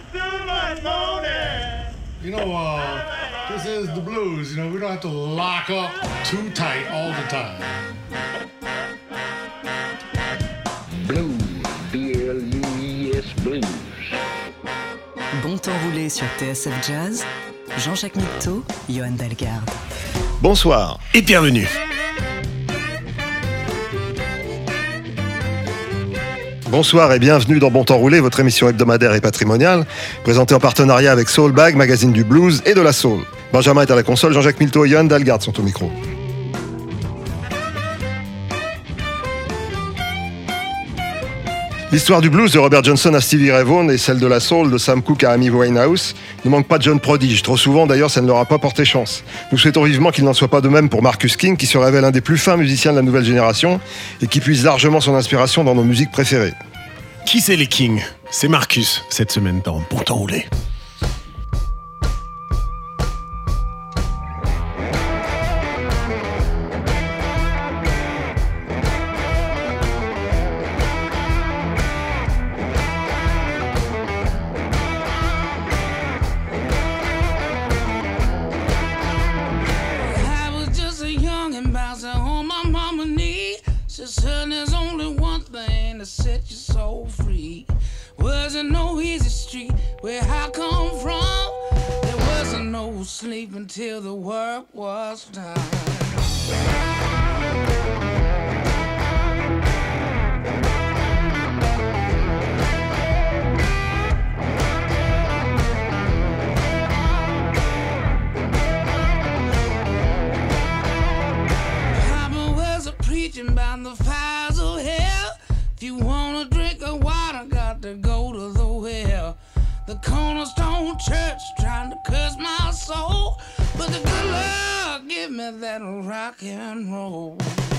You know, this is the blues. You know, we don't have to lock up too tight all the time. Blues, B-L-U-E-S, blues. Bon temps roulé sur TSF Jazz, Jean-Jacques Mitteau, Johan Dalgarde. Bonsoir et bienvenue. Bonsoir et bienvenue dans Bon Temps Roulé, votre émission hebdomadaire et patrimoniale, présentée en partenariat avec Soulbag, magazine du blues et de la soul. Benjamin est à la console, Jean-Jacques Milteau et Johan Dalgarde sont au micro. L'histoire du blues de Robert Johnson à Stevie Ray Vaughan et celle de la soul de Sam Cooke à Amy Winehouse ne manque pas de jeunes prodiges. Trop souvent d'ailleurs, ça ne leur a pas porté chance. Nous souhaitons vivement qu'il n'en soit pas de même pour Marcus King, qui se révèle un des plus fins musiciens de la nouvelle génération et qui puise largement son inspiration dans nos musiques préférées. Qui c'est les Kings ? C'est Marcus, cette semaine dans Bon Temps Roulé. Sleep until the work was done. Papa was a preaching about the fires of hell. If you wanna drink of water, got to go to the well. The Cornerstone Church trying to curse my soul, but the good Lord give me that rock and roll.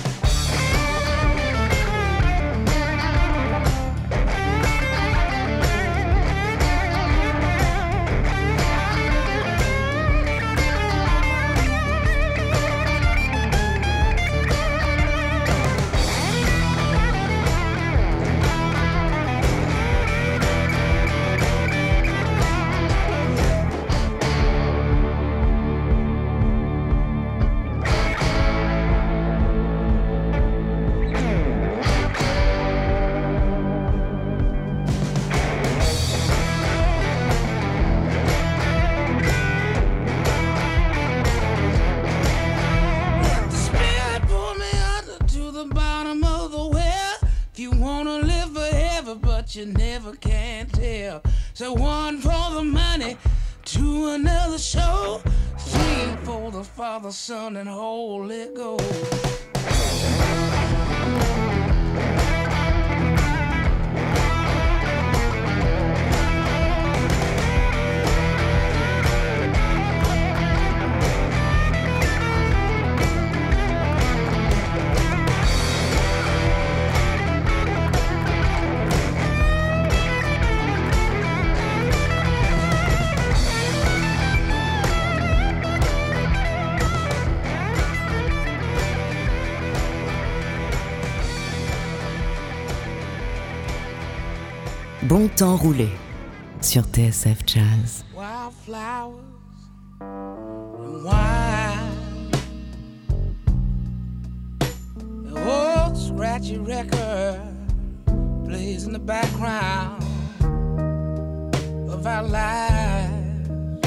You never can tell. So one for the money, two another show, three for the Father, Son, and Holy Ghost. Bon temps roulé sur TSF Jazz. Wildflowers and wine. The old scratchy record plays in the background of our lives.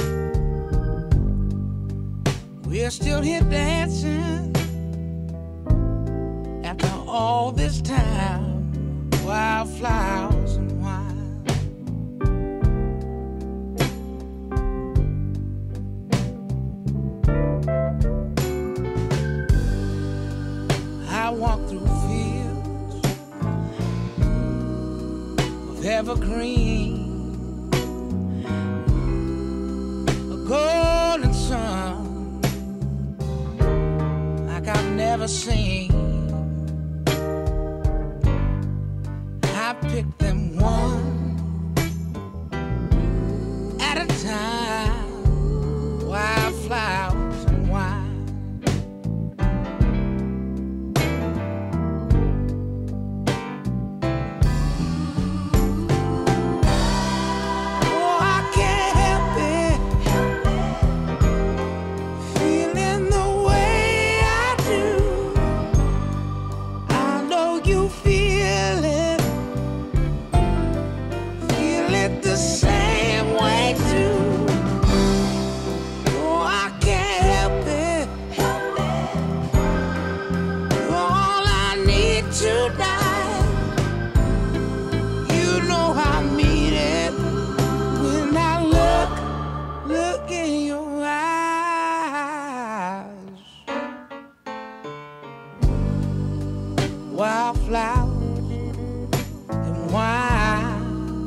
We're still here dancing after all this time. Wildflowers and wine. I walk through fields of evergreen, a golden sun like I've never seen. I pick them one at a time, wildflowers and wine. Oh, I feel it the same way too. Oh, I can't help it. All I need tonight, you know I mean it. When I look in your eyes, wildflowers and wine.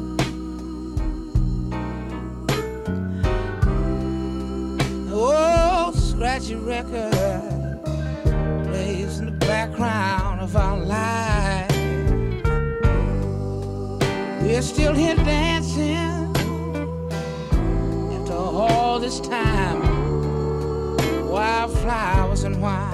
Oh, scratchy record plays in the background of our life. We're still here dancing after all this time. Wildflowers and wine.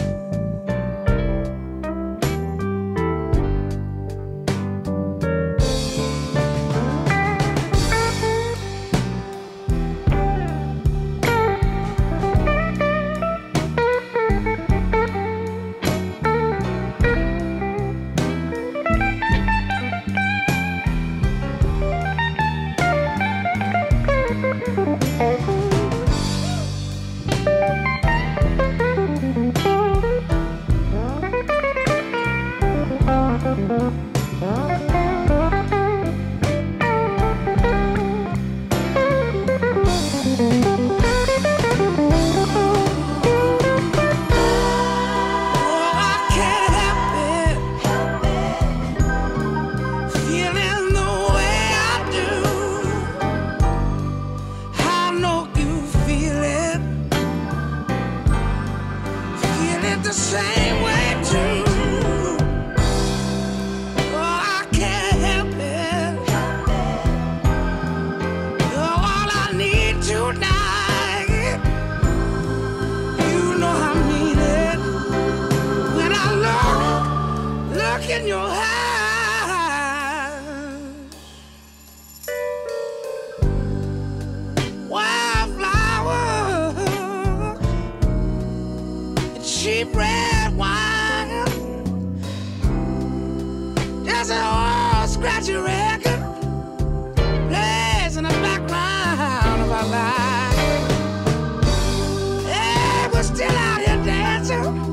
In your eyes, wildflowers, cheap red wine, just an old scratchy record plays in the background of our lives. Hey, we're still out here dancing.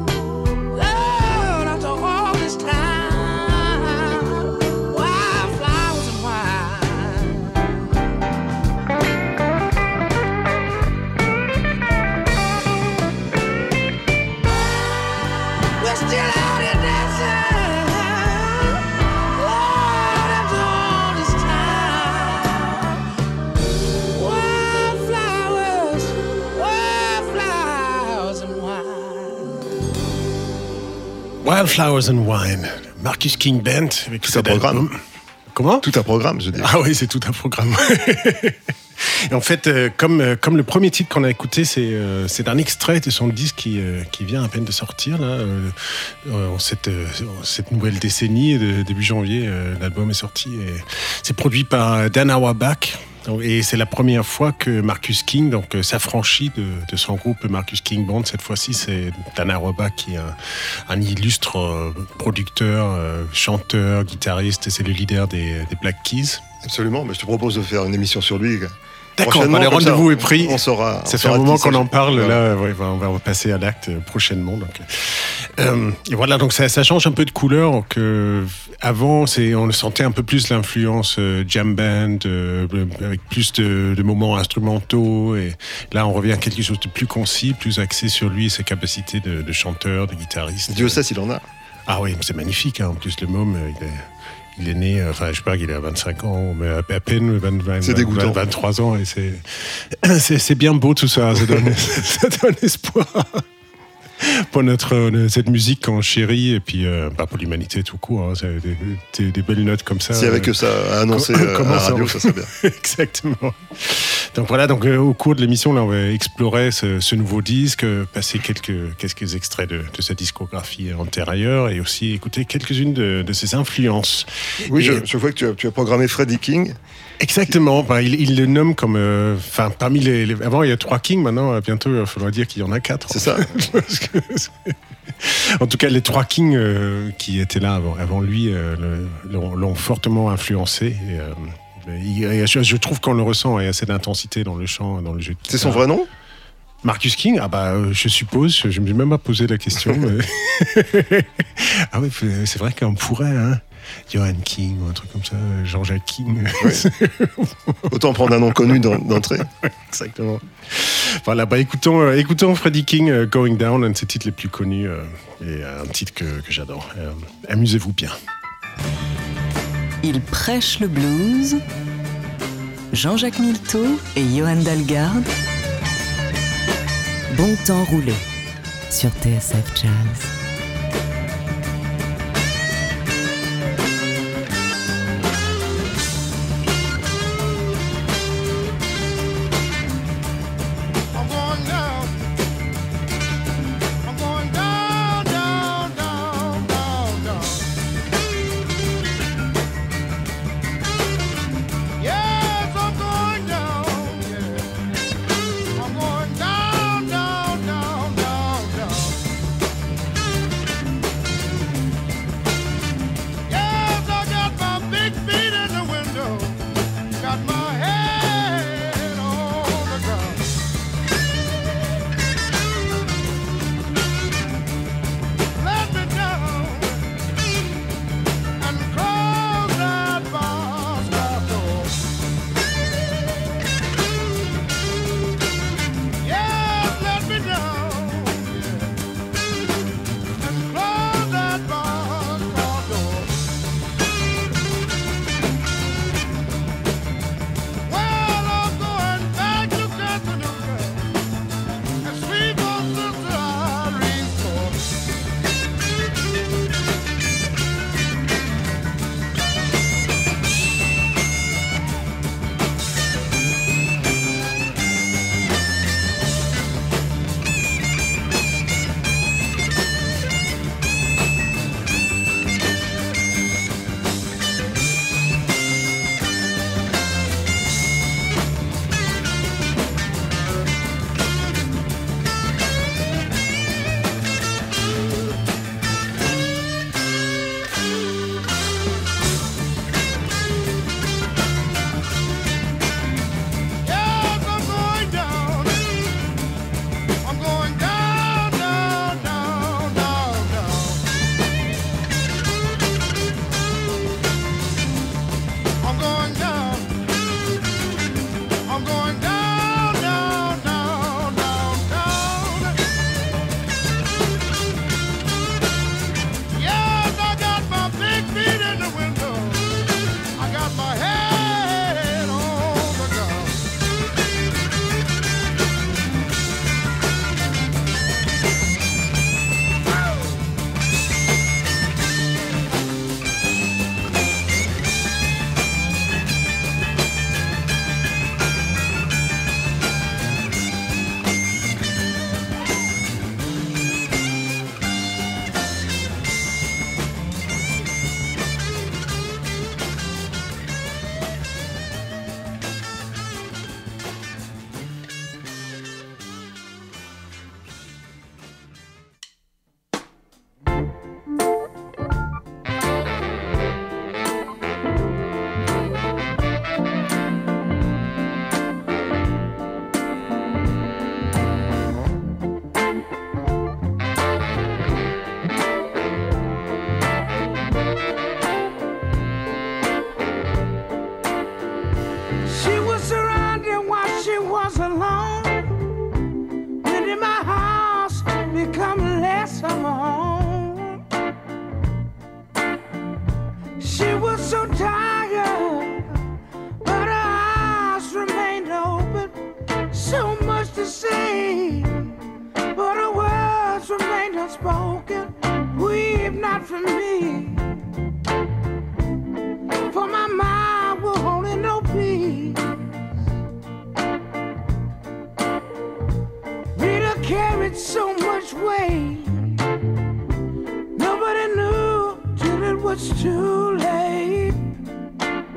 Wildflowers and Wine, Marcus King Band avec tout un programme. Comment ? Tout un programme, je dis. Ah oui, c'est tout un programme. Et en fait, comme le premier titre qu'on a écouté, c'est un extrait de son disque qui vient à peine de sortir là, en cette nouvelle décennie, début janvier, l'album est sorti. Et c'est produit par Dan Auerbach. Et c'est la première fois que Marcus King s'affranchit de son groupe Marcus King Band. Cette fois-ci, c'est Dan Auerbach qui est un illustre producteur, chanteur, guitariste. Et c'est le leader des Black Keys. Absolument, mais je te propose de faire une émission sur lui. D'accord, le rendez-vous est pris. On saura. Ça fait un moment qu'on en parle. Voilà. Là, ouais, on va passer à l'acte prochainement. Donc, et voilà, donc ça change un peu de couleur. Donc, avant, on sentait un peu plus l'influence jam band, avec plus de moments instrumentaux. Et là, on revient à quelque chose de plus concis, plus axé sur lui et ses capacités de chanteur, de guitariste. Dieu sait s'il en a. Ah oui, c'est magnifique. Hein. En plus, le môme, il est né, je sais pas, il a 25 ans, mais à peine 23 ans, et c'est bien beau tout ça, ça donne espoir pour cette musique qu'on chérit, et puis pour l'humanité tout court, hein, c'est des belles notes comme ça. S'il y avait que ça à annoncer à la radio, ça serait bien. Exactement. Donc voilà, au cours de l'émission, là, on va explorer ce nouveau disque, passer quelques extraits de sa discographie antérieure, et aussi écouter quelques-unes de ses influences. Oui, je vois que tu as programmé Freddie King. Exactement, il le nomme comme... parmi les... Avant, il y a 3 Kings, maintenant, bientôt, il faudra dire qu'il y en a 4. C'est ça. En tout cas, les 3 Kings qui étaient là avant lui l'ont fortement influencé. Et, Je trouve qu'on le ressent, il y a cette intensité dans le chant, dans le jeu de guitare. C'est son vrai nom ? Marcus King, je suppose, je ne me suis même pas posé la question. Mais... ah oui, c'est vrai qu'on pourrait, hein. Johan King ou un truc comme ça, Jean-Jacques King. Ouais. Autant prendre un nom connu d'entrée. Exactement. Voilà, écoutons Freddie King, Going Down, un de ses titres les plus connus, et un titre que j'adore. Amusez-vous bien. Il prêche le blues. Jean-Jacques Milteau et Johan Dalgarde. Bon temps roulé sur TSF Jazz.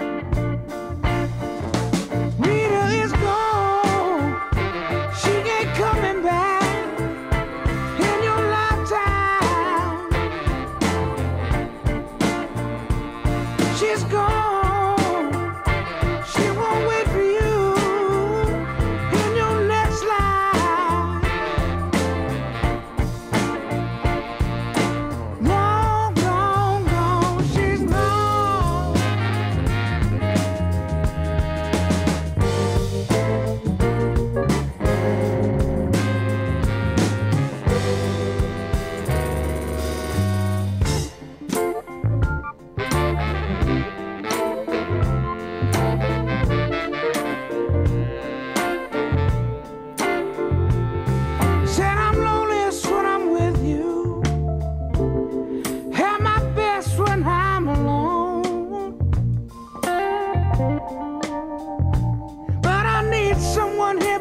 Rita is gone. She can't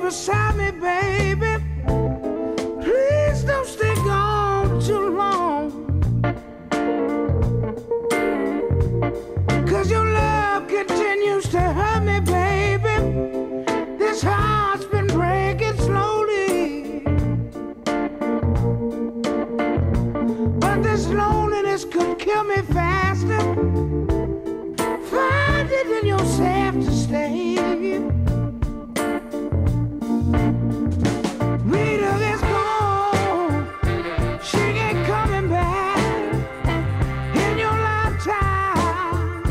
beside me, baby. Please don't stay gone too long. 'Cause your love continues to hurt me, baby. This heart's been breaking slowly. But this loneliness could kill me faster. Find it in yourself to stay. Rita is gone. She ain't coming back in your lifetime.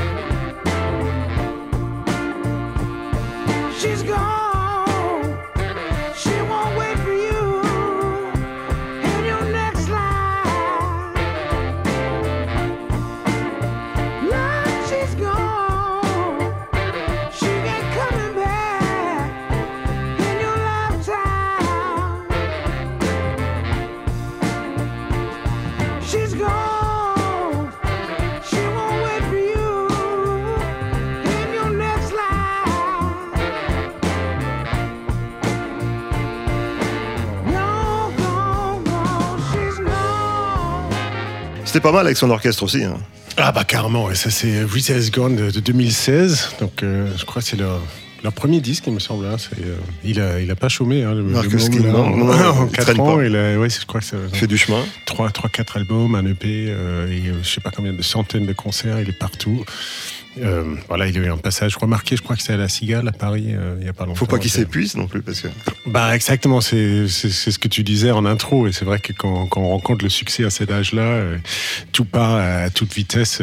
She's gone. She won't wait for you in your next life. Love, she's gone. She ain't coming back in your lifetime. She's gone. She won't wait for you in your next life. No, gone, gone. She's gone. C'était pas mal avec son orchestre aussi. Hein. Ah bah carrément, et ça c'est Rita Has Gone de 2016, donc je crois que c'est leur premier disque il me semble, hein. Il a pas chômé, hein, Marcus King, en il 4 traîne ans, pas. je crois que c'est Il fait du chemin. 3-4 albums, un EP, et je sais pas combien de centaines de concerts, il est partout. Voilà, il a eu un passage remarqué, je crois que c'était à la Cigale à Paris il y a pas longtemps. Faut pas qu'il s'épuise non plus parce que. Bah exactement, c'est ce que tu disais en intro, et c'est vrai que quand on rencontre le succès à cet âge-là, tout part à toute vitesse.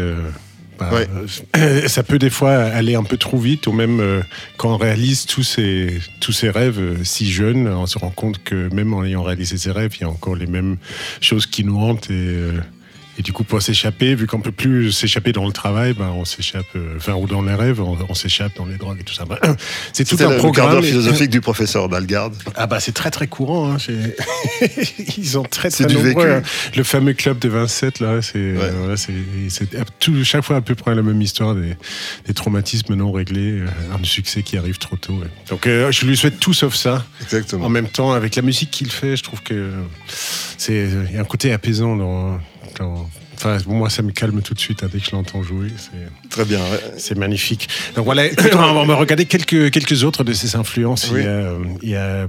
Ça peut des fois aller un peu trop vite, ou même quand on réalise tous ces rêves si jeunes, on se rend compte que même en ayant réalisé ces rêves, il y a encore les mêmes choses qui nous hantent, et du coup pour s'échapper, vu qu'on peut plus s'échapper dans le travail, on s'échappe, ou dans les rêves, on s'échappe dans les drogues et tout ça. C'est tout un programme. Le quart d'heure philosophique du professeur Dalgarde. Ah bah c'est très très courant, hein. Ils sont très C'est très du nombreux, vécu. hein. Le fameux club de 27 là, chaque fois à peu près la même histoire, des traumatismes non réglés, un succès qui arrive trop tôt. Ouais. Donc je lui souhaite tout sauf ça. Exactement. En même temps, avec la musique qu'il fait, je trouve que il y a un côté apaisant dans Enfin, moi, ça me calme tout de suite dès que je l'entends jouer. C'est très bien. Ouais. C'est magnifique. Donc voilà, on va regarder quelques autres de ses influences. Oui. Il y a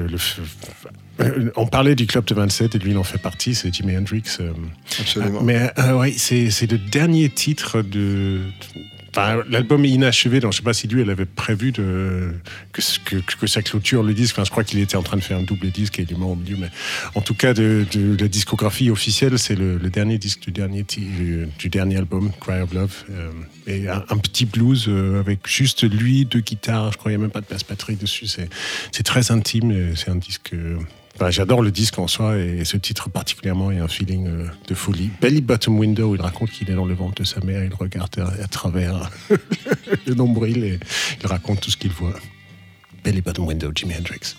on parlait du Club de 27 et lui, il en fait partie, c'est Jimi Hendrix. Absolument. Mais ouais, c'est le dernier titre de... Enfin, l'album est inachevé, donc je ne sais pas si lui, elle avait prévu que ça clôture le disque. Enfin, je crois qu'il était en train de faire un double disque et il est mort au milieu. Mais en tout cas, de la discographie officielle, c'est le dernier disque du dernier album, Cry of Love. Et un petit blues avec juste lui, 2 guitares. Je crois qu'il n'y a même pas de basse-batterie dessus. C'est très intime et c'est un disque... j'adore le disque en soi, et ce titre particulièrement, il y a un feeling de folie. Belly Bottom Window, il raconte qu'il est dans le ventre de sa mère, il regarde à travers le nombril et il raconte tout ce qu'il voit. Belly Bottom Window, Jimi Hendrix.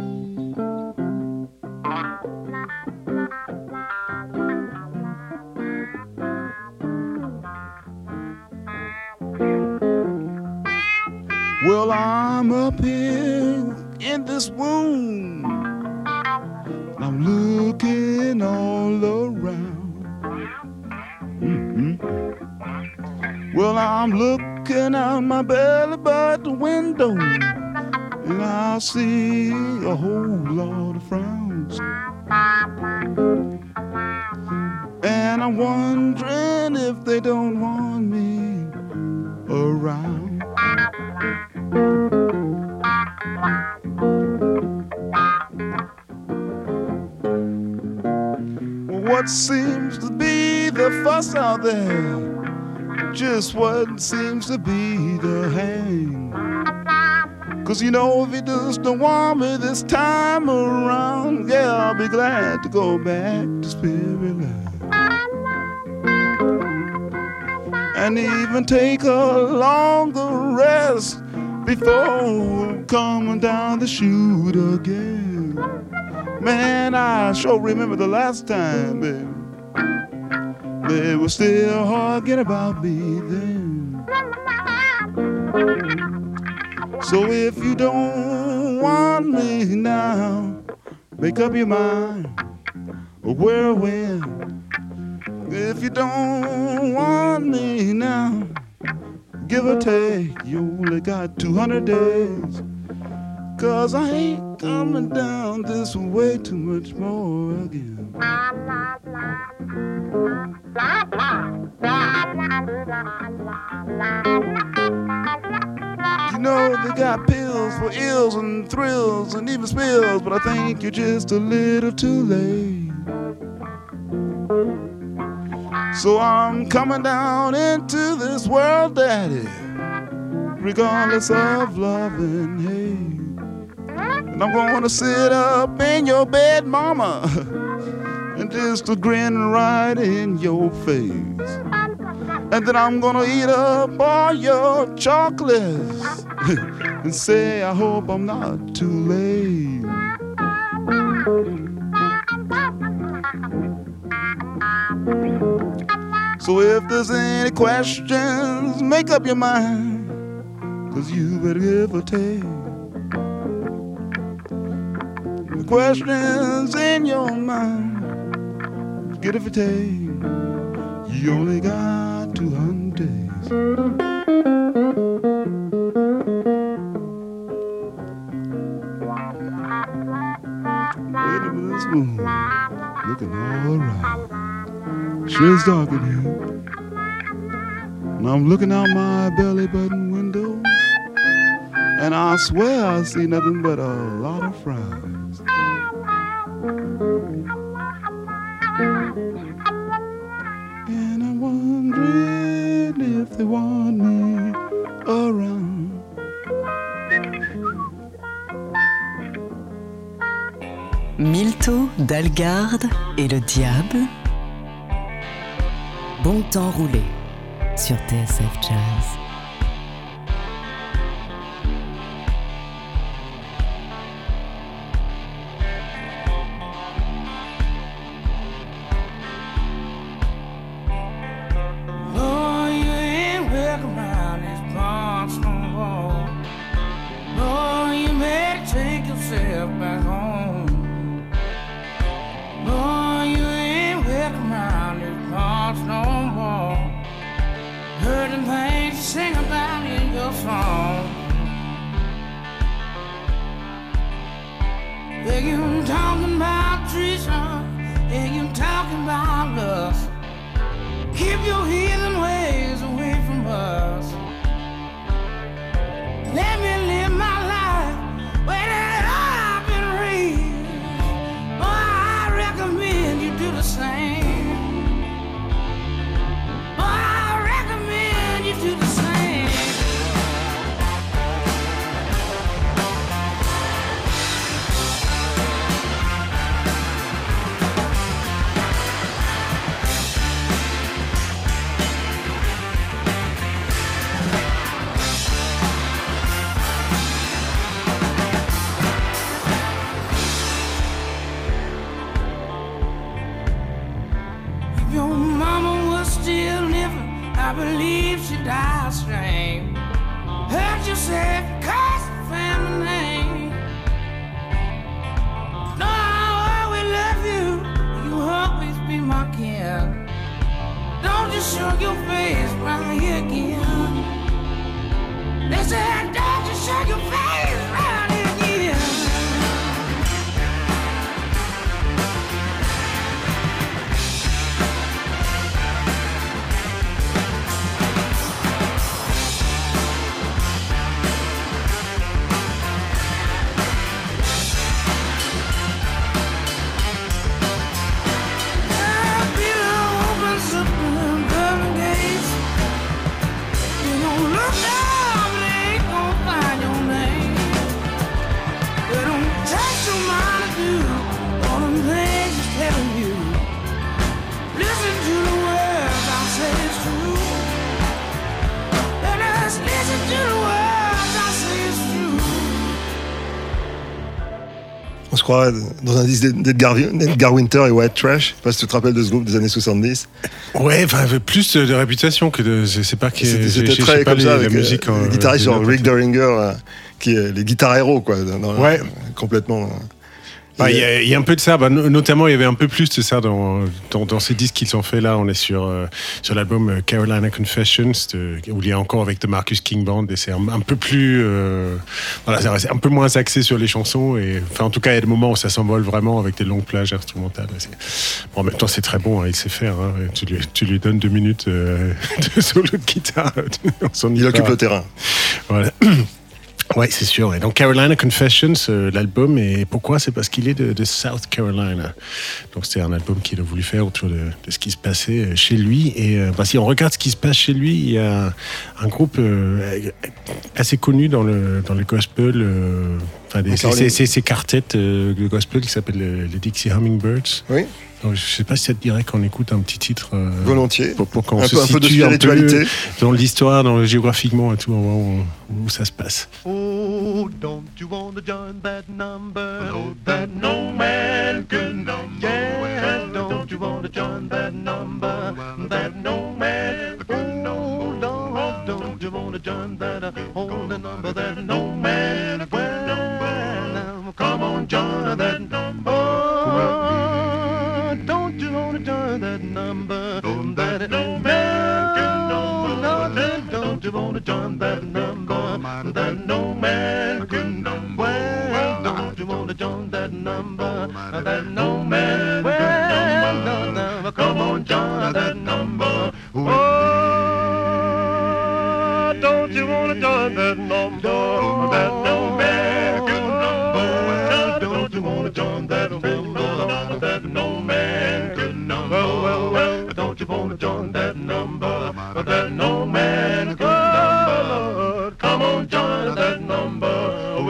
Well, I'm up here in this room. I'm looking all around. Mm-hmm. Well, I'm looking out my belly button window, and I see a whole lot of frowns. And I'm wondering if they don't want me around. What seems to be the fuss out there, just what seems to be the hang. 'Cause you know, if he just don't want me this time around, yeah, I'll be glad to go back to Spirit Land. And even take a longer rest before coming down the chute again. Man, I sure remember the last time, baby. They were still arguing about me then. So if you don't don't want me now, make up your mind. Where or when? If you don't want me now, give or take, you only got 200 days. 'Cause I ain't coming down this way too much more again. You know they got pills for ills and thrills and even spills, but I think you're just a little too late. So I'm coming down into this world, Daddy, regardless of love and hate. And I'm gonna sit up in your bed, Mama, and just a grin right in your face. And then I'm gonna eat up all your chocolates and say I hope I'm not too late. So if there's any questions, make up your mind, 'cause you better give or take. The questions in your mind, get if you take. You only got 200 days. Wait a minute, this moon looking all right. Sure it's dark in here. And I'm looking out my belly button window, and I swear I see nothing but a lot of frowns. And I'm wondering if they want me around. Milto, Dalgarde et le diable. Bon temps roulé sur TSF Jazz. On se croirait dans un disque d'Edgar Winter et White Trash. Je sais pas si tu te rappelles de ce groupe des années 70. Ouais, enfin, plus de réputation que de. Je sais pas qui. C'était très comme ça avec la musique. Le guitariste genre Rick Derringer qui est les guitares héros, quoi. Ouais. Complètement. Il y a un peu de ça, notamment il y avait un peu plus de ça dans ces disques qu'ils ont fait là. On est sur l'album Carolina Confessions, où il y a encore avec The Marcus King Band, et c'est un peu plus, c'est un peu moins axé sur les chansons. Et enfin, en tout cas, il y a des moments où ça s'envole vraiment avec des longues plages instrumentales. Bon, en même temps, c'est très bon, hein, il sait faire. Hein. Tu lui donnes 2 minutes de solo de guitare, il occupe le terrain. Voilà. Ouais, c'est sûr. Et donc Carolina Confessions, l'album, et pourquoi ? C'est parce qu'il est de South Carolina. Donc c'est un album qu'il a voulu faire autour de ce qui se passait chez lui. Et si on regarde ce qui se passe chez lui, il y a un groupe assez connu dans le gospel, ces quartets de gospel qui s'appellent les Dixie Hummingbirds. Oui. Donc, je ne sais pas si ça te dirait qu'on écoute un petit titre. Volontiers. Pour qu'on un se peu de situe spiritualité. Un peu dans l'histoire, géographiquement et tout, où ça se passe. Oh, don't you want to join that number that no man can number? Yeah, don't you want to join that number that no man can number? Oh, don't you want to join that only number that no man can number? Come on, join that number. Don't you want to join that number that no man can number? Don't you want to join that number that no man can number? Well, don't you want to join that number that no man can number? Come on, join that number. Oh, don't you want to join that number that no man can number? Don't you want to join that number that no man can number? Well, don't you want to join that number that no man can number? Come on, join that number.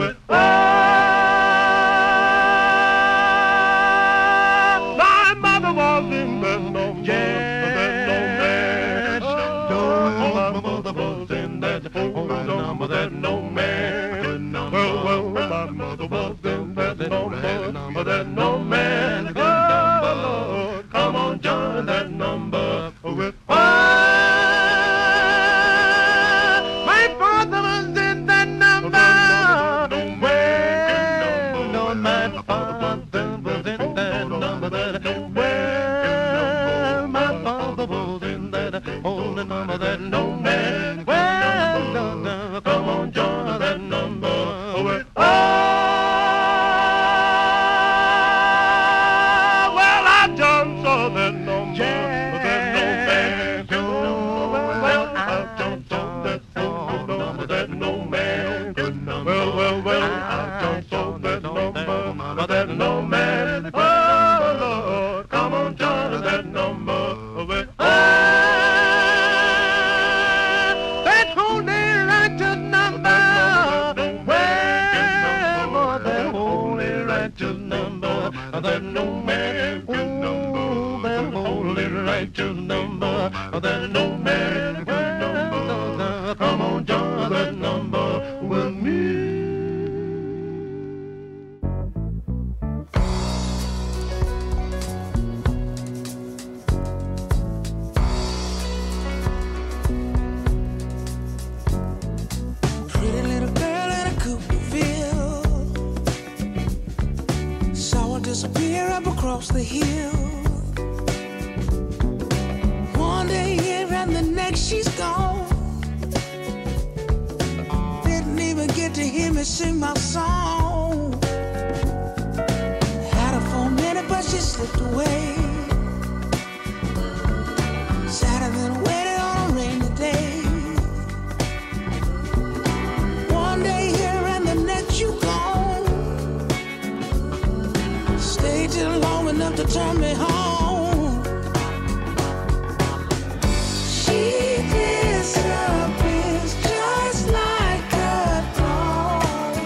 My mother was in that number. Yeah, that no man. My mother was in that number that no man can number. Well, my mother was in that number that no man can number. Come on, join that number with my father was in that number. Well, Lord, my father was in that number that well, my father was in that only number that no man. Well, Lord, come on, join that number with that no man. Oh, Lord, come on, join that number. That holy righteous number. Well, more that holy righteous number. That no man can number. That holy righteous number. That no man can number. Come on, join that number with me. Disappear up across the hill. One day here and the next she's gone. Didn't even get to hear me sing my song. Had her for a minute but she slipped away. Sat and then waited on a rainy day. One day here and the next you gone. Stayed till long enough to turn me home. She disappears just like a dawn.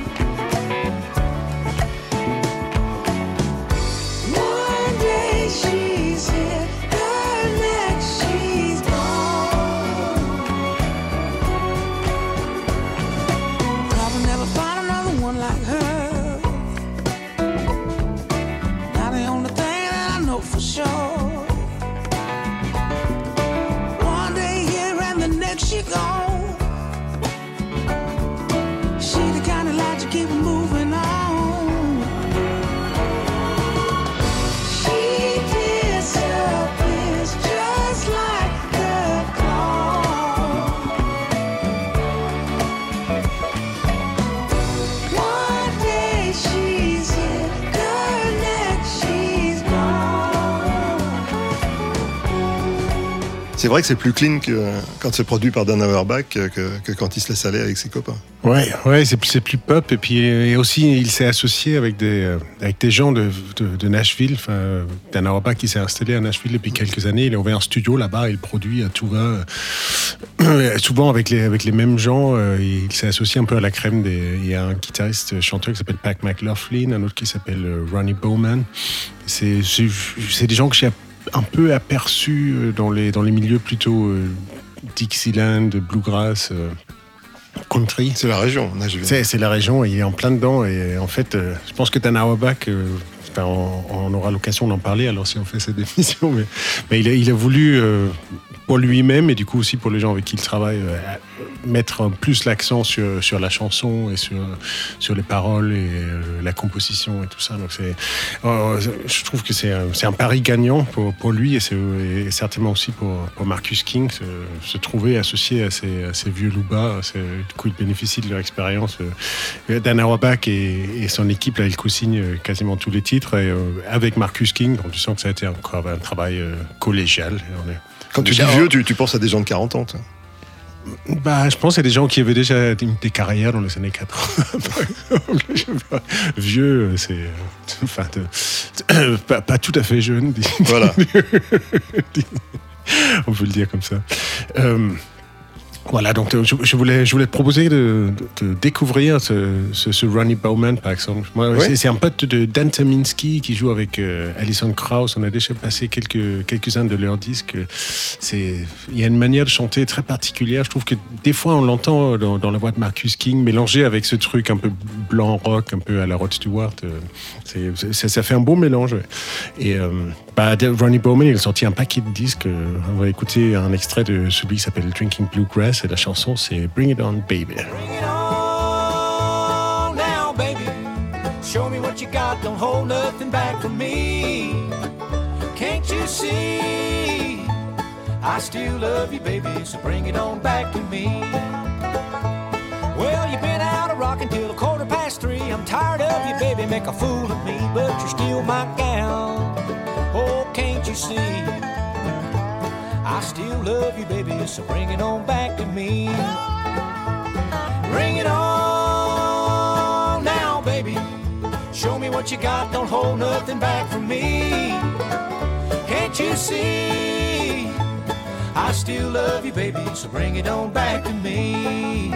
One day she's here, the next she's gone. Probably never find another one like her. For sure. One day here and the next she gone. She the kind to keep moving on. She disappears just like the call. One day she's here, the next she's gone. C'est vrai que c'est plus clean que quand c'est produit par Dan Auerbach que quand il se laisse aller avec ses copains. Ouais, c'est plus pop. Et puis et aussi, il s'est associé avec des gens de Nashville. Enfin, Dan Auerbach qui s'est installé à Nashville depuis quelques années. Il a ouvert un studio là-bas. Il produit à tout va. Souvent avec les mêmes gens. Il s'est associé un peu à la crème il y a un guitariste chanteur qui s'appelle Pat McLaughlin, un autre qui s'appelle Ronnie Bowman. C'est des gens que j'ai un peu aperçus dans les milieux plutôt Dixieland, bluegrass, country. C'est la région, Nashville. C'est la région, il est en plein dedans. Et en fait, je pense que Dan Auerbach, on aura l'occasion d'en parler alors si on fait cette émission, mais il a voulu, pour lui-même et du coup aussi pour les gens avec qui il travaille, mettre plus l'accent sur la chanson et sur les paroles et la composition et tout ça. Donc je trouve que c'est un pari gagnant pour lui et certainement aussi pour Marcus King, se trouver associé à ces vieux loupas. Du coup, ils bénéficient de leur expérience. Dan Auerbach et son équipe, là, ils co-signent quasiment tous les titres. Et, avec Marcus King, donc tu sens que ça a été encore un travail collégial. Quand tu dis vieux, tu penses à des gens de 40 ans, toi. Je pense à des gens qui avaient déjà des carrières dans les années 80, par exemple. Vieux, c'est... Enfin, pas tout à fait jeune. Voilà. On peut le dire comme ça. Voilà, donc je voulais te proposer de découvrir ce Ronnie Bowman, par exemple. Moi, oui. C'est un pote de Dan Tyminski qui joue avec Alison Krauss. On a déjà passé quelques-uns de leurs disques. Il y a une manière de chanter très particulière. Je trouve que des fois, on l'entend dans la voix de Marcus King, mélangé avec ce truc un peu blanc rock, un peu à la Rod Stewart. Ça fait un beau mélange. Ouais. Et Ronnie Bowman, il a sorti un paquet de disques. On va écouter un extrait de celui qui s'appelle Drinking Bluegrass. Et la chanson, c'est Bring It On, Baby. Bring it on now, baby. Show me what you got, don't hold nothing back from me. Can't you see? I still love you, baby, so bring it on back to me. Well, you've been out of rockin' till 3:15. I'm tired of you, baby, make a fool of me, but you're still my gal. Oh, can't you see? I still love you, baby, so bring it on back to me. Bring it on now, baby. Show me what you got, don't hold nothing back from me. Can't you see? I still love you, baby, so bring it on back to me.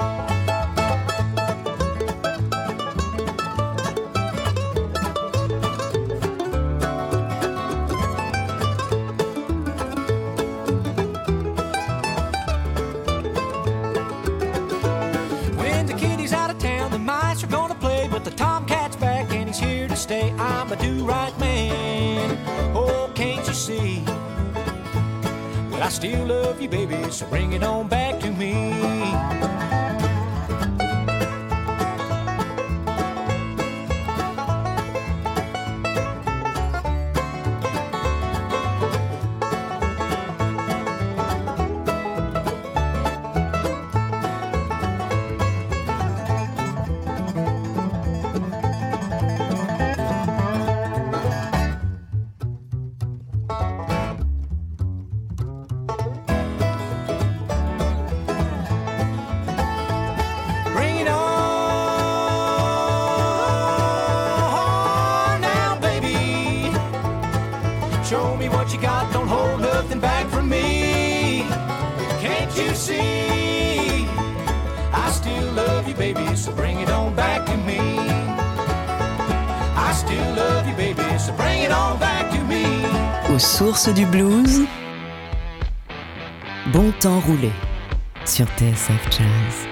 I'm a do-right man. Oh, can't you see? But I still love you, baby, so bring it on back to me. Show me what you got, don't hold nothing back from me. Can't you see? I still love you, baby, so bring it on back to me. I still love you, baby, so bring it on back to me. Aux sources du blues, Bon Temps Roulé sur TSF Jazz.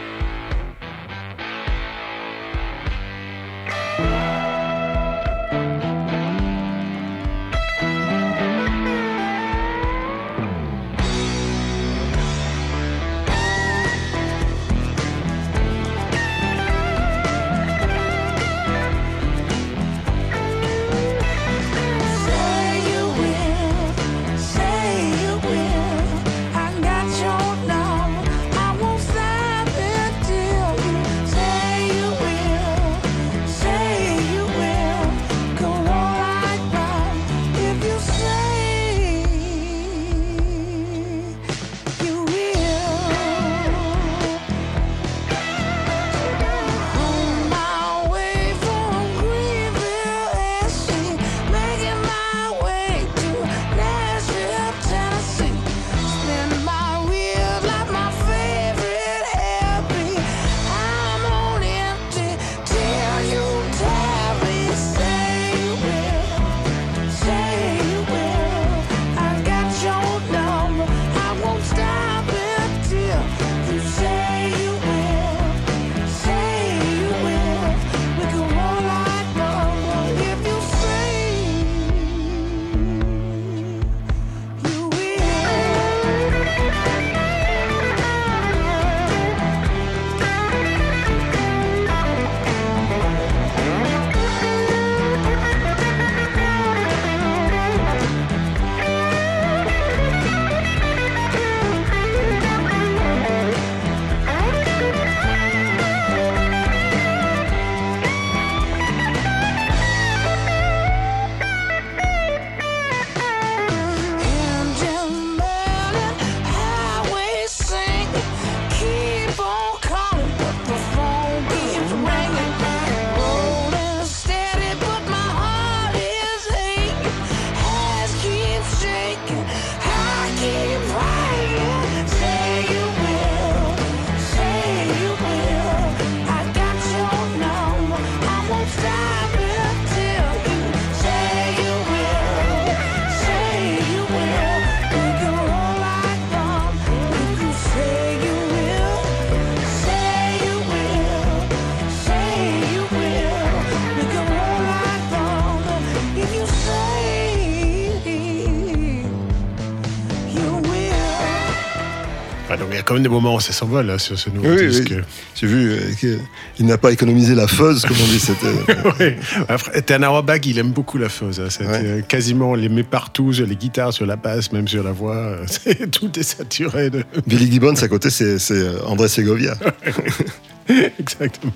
quand même des moments où ça s'envole là, sur ce nouveau disque. Oui. J'ai vu qu'il n'a pas économisé la fuzz, comme on dit. Oui. Après, Dan Auerbach, il aime beaucoup la fuzz. Hein. Quasiment, on les met partout, sur les guitares, sur la basse, même sur la voix. Tout est saturé. Billy Gibbons, à côté, c'est André Segovia. Exactement.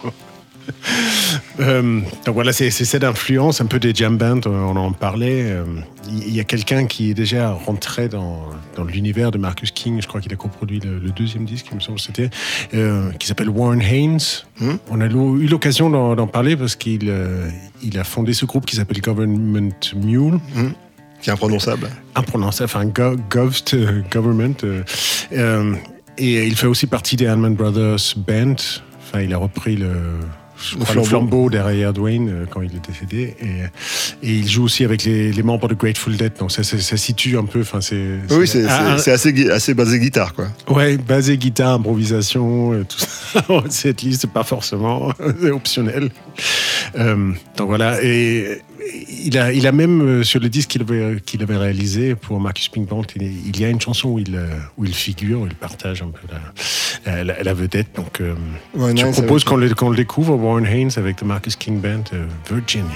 Donc voilà, c'est cette influence un peu des jam bands, on en parlait. Il y a quelqu'un qui est déjà rentré dans l'univers de Marcus King, je crois qu'il a coproduit le deuxième disque, il me semble, c'était, qui s'appelle Warren Haynes. On a eu l'occasion d'en parler parce qu'il a fondé ce groupe qui s'appelle Government Mule. Qui est imprononçable. Enfin, Government. Et il fait aussi partie des Allman Brothers Band. Enfin, il a repris le flambeau derrière Dwayne quand il est décédé, et il joue aussi avec les membres de Grateful Dead, donc ça situe un peu. Enfin, c'est assez basé guitare, quoi. Ouais, basé guitare, improvisation, tout ça. Cette liste, c'est pas forcément optionnel. Donc voilà, et il a même sur le disque qu'il avait réalisé pour Marcus Pink Band, il y a une chanson où il figure, où il partage un peu la vedette. Donc je propose qu'on le découvre, Warren Haynes avec The Marcus King Band, Virginia.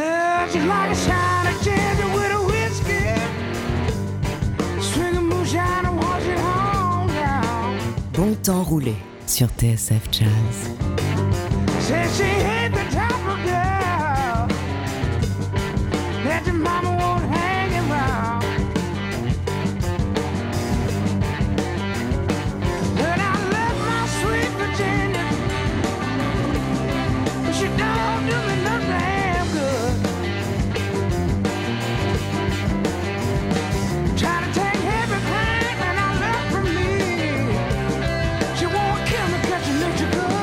Bon temps roulé sur TSF Jazz. That your mama won't hang around. But I love my sweet Virginia, but she don't do me no damn good. Try to take everything that I love from me. She won't kill me 'cause she makes you good.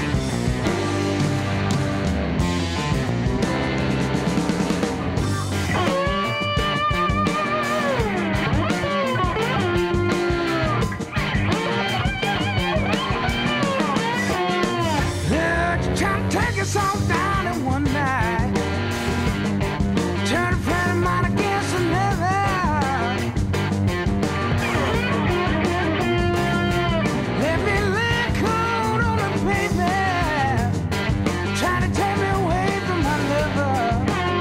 Take us all down in one night. Turn a friend of mine against another. Let me lay cold on a baby. Try to take me away from my lover.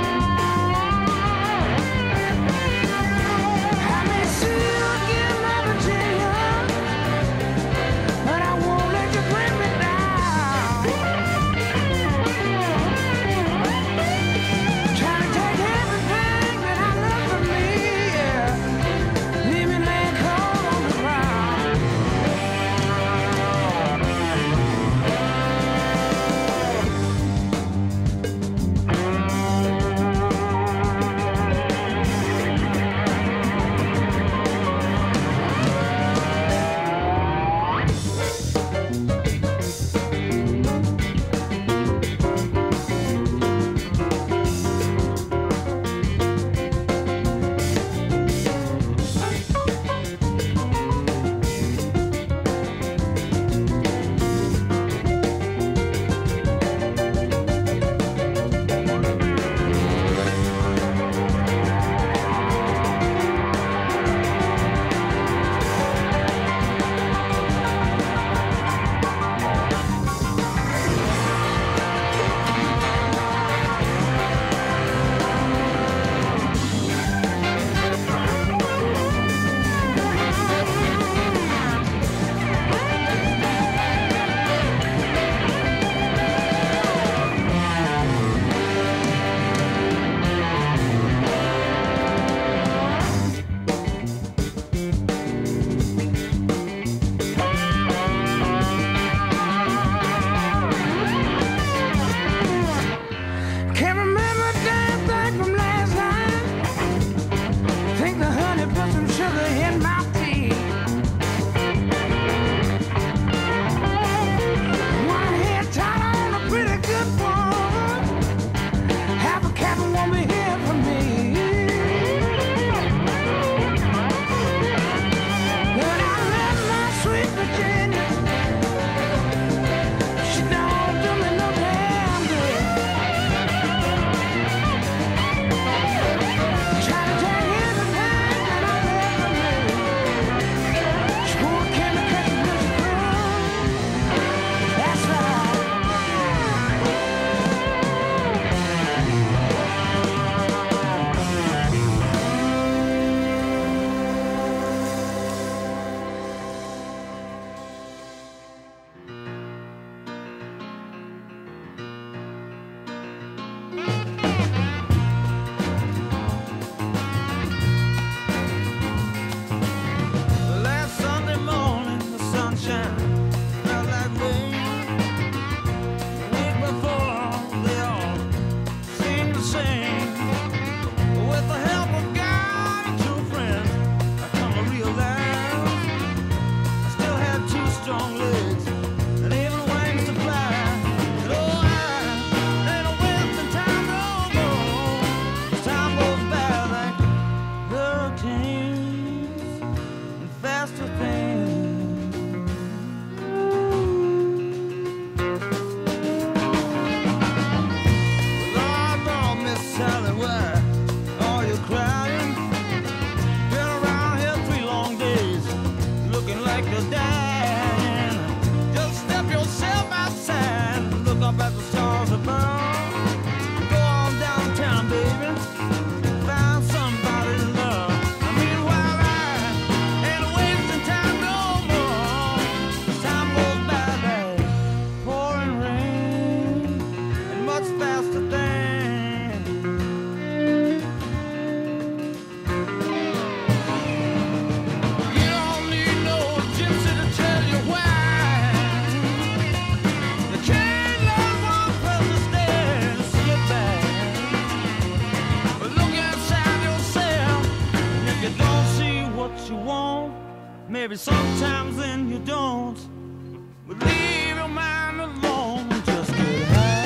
I may still give my Virginia, but I won't let you bring me down. Maybe sometimes then you don't, but leave your mind alone and just get high.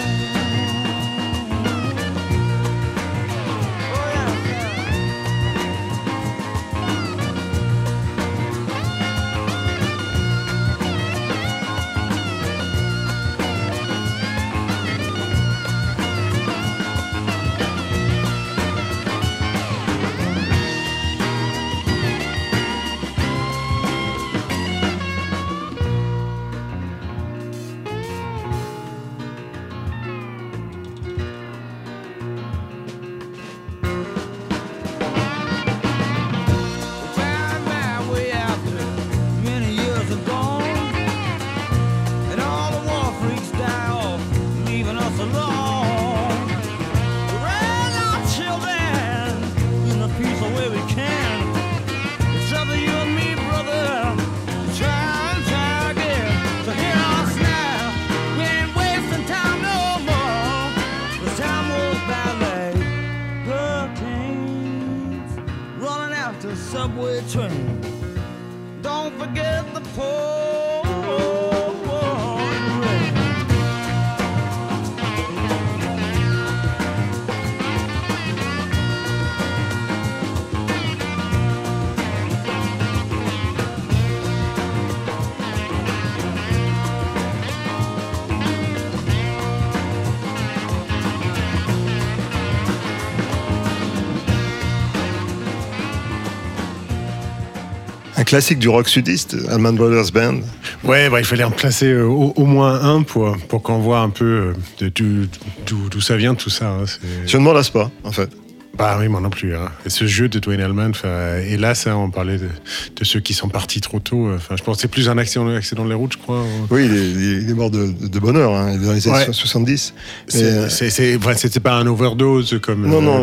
Oh yeah, subway train. Don't forget the pouring rain. Un classique du rock sudiste, Allman Brothers Band. Ouais, bah, il fallait en placer au moins un pour qu'on voit un peu d'où ça vient tout ça. Hein. Je ne m'en lasse pas, en fait. Bah oui, moi non plus. Hein. Et ce jeu de Duane Allman, et là, ça, on parlait de ceux qui sont partis trop tôt. Je pense que c'est plus un accident de la route, je crois. Oui, il est mort de bonne heure, hein, dans les années 70. C'était pas un overdose comme. Non,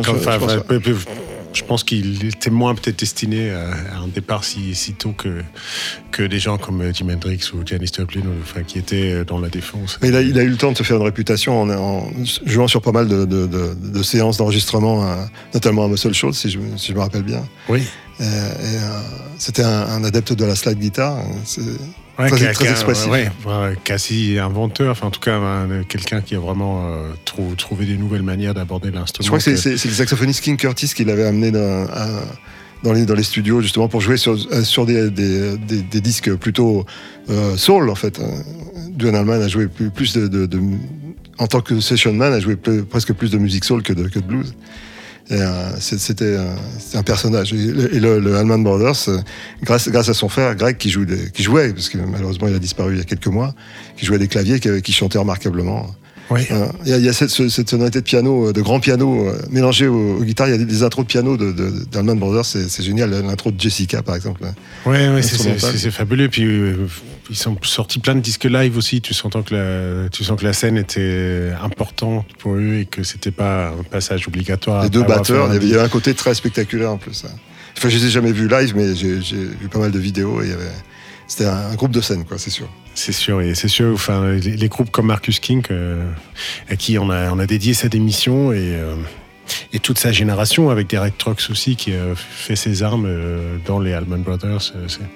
je pense qu'il était moins peut-être destiné à un départ si tôt que des gens comme Jimi Hendrix ou Janis Joplin, qui étaient dans la défense. Mais il a eu le temps de se faire une réputation en jouant sur pas mal de séances d'enregistrement, notamment à Muscle Shoals, si je me rappelle bien. Oui. C'était un adepte de la slide guitar. Très expressif. Quasi inventeur, enfin en tout cas quelqu'un qui a vraiment trouvé des nouvelles manières d'aborder l'instrument. Je crois que c'est le saxophoniste King Curtis qui l'avait amené dans les studios justement pour jouer sur des disques plutôt soul en fait. Duane Allman a joué plus en tant que session man, a joué presque plus de musique soul que de blues. C'était un personnage. Et le Allman Brothers, grâce à son frère Greg qui jouait, parce que malheureusement il a disparu il y a quelques mois, qui jouait des claviers, qui chantait remarquablement. Oui. Il y a cette sonorité de piano, de grand piano mélangé aux guitares. Il y a des intros de piano d'Allman Brothers, c'est génial. L'intro de Jessica par exemple. Oui, c'est fabuleux. Puis ils sont sortis plein de disques live aussi. Tu sens que la scène était importante pour eux et que c'était pas un passage obligatoire. Les deux batteurs, il y avait un côté très spectaculaire en plus. Enfin, je les ai jamais vus live, mais j'ai vu pas mal de vidéos et c'était un groupe de scène, quoi, c'est sûr. C'est sûr, et c'est sûr. Enfin, les groupes comme Marcus King, à qui on a dédié cette émission, et toute sa génération, avec Derek Trucks aussi, qui a fait ses armes dans les Allman Brothers.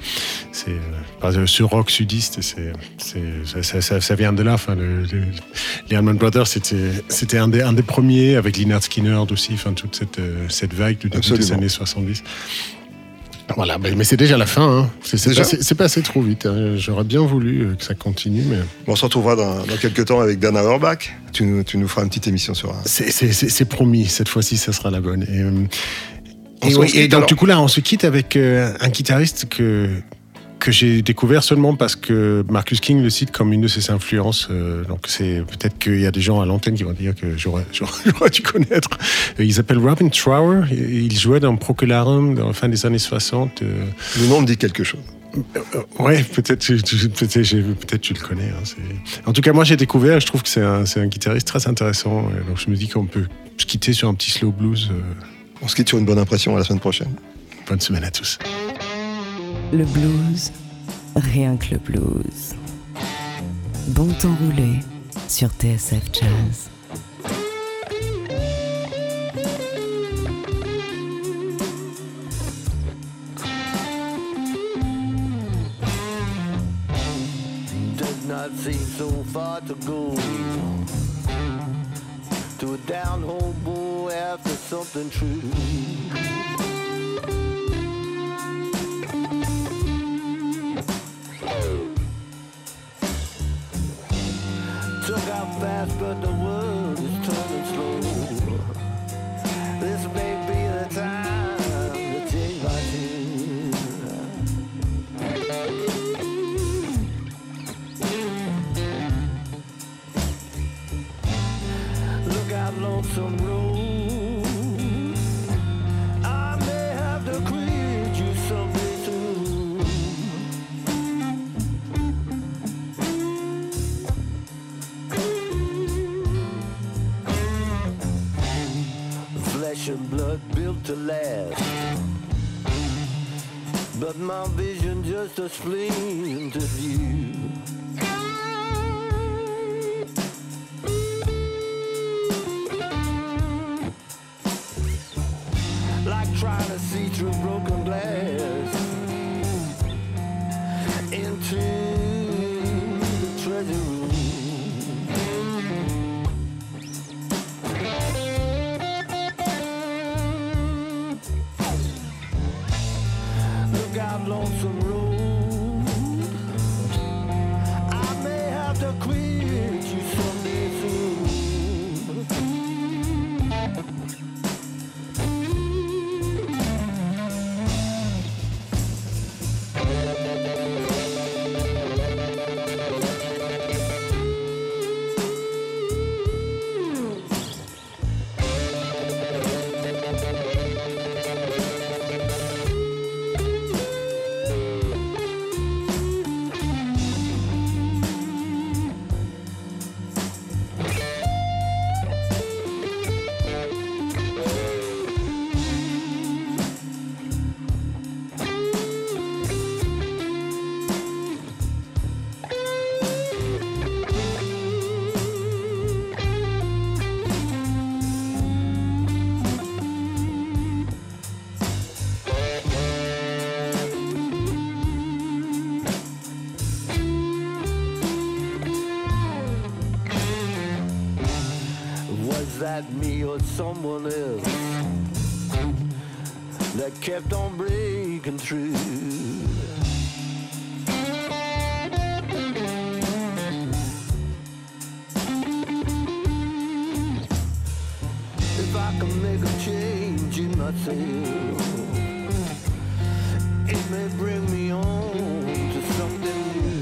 Ce rock sudiste, ça vient de là. Enfin, les Allman Brothers, c'était un des premiers, avec Lynyrd Skynyrd aussi. Enfin, toute cette vague du début des années 70. Voilà, mais c'est déjà la fin. Hein. C'est passé trop vite. Hein. J'aurais bien voulu que ça continue. Mais... On se retrouvera dans quelques temps avec Dan Auerbach. Tu nous feras une petite émission sur un... C'est promis. Cette fois-ci, ça sera la bonne. Et donc, du coup, là, on se quitte avec un guitariste que j'ai découvert seulement parce que Marcus King le cite comme une de ses influences. Donc c'est peut-être qu'il y a des gens à l'antenne qui vont dire que j'aurais dû connaître. Il s'appelle Robin Trower. Il jouait dans Procolarum dans la fin des années 60. Le nom me dit quelque chose. Ouais, peut-être tu le connais. Hein, en tout cas, moi j'ai découvert. Je trouve que c'est un guitariste très intéressant. Donc je me dis qu'on peut se quitter sur un petit slow blues. On se quitte sur une bonne impression. À la semaine prochaine. Bonne semaine à tous. Le blues, rien que le blues. Bon temps roulé sur TSF Jazz. so far to go. To a down home boy after something true. Took out fast, but the world is turning slow. This may be the time to change my tune. Look out, lonesome road. I may have to quit you someday soon. Flesh and blood built to last, but my vision just a spleen to view. Like trying to see through broken glass into the treasure room. Look out, lonesome road. I may have to quit you someday soon. Was that me or someone else that kept on breaking through? If I can make a change in myself, it may bring me on to something new.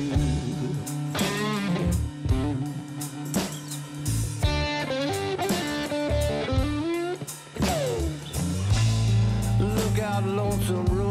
Look out, lonesome road.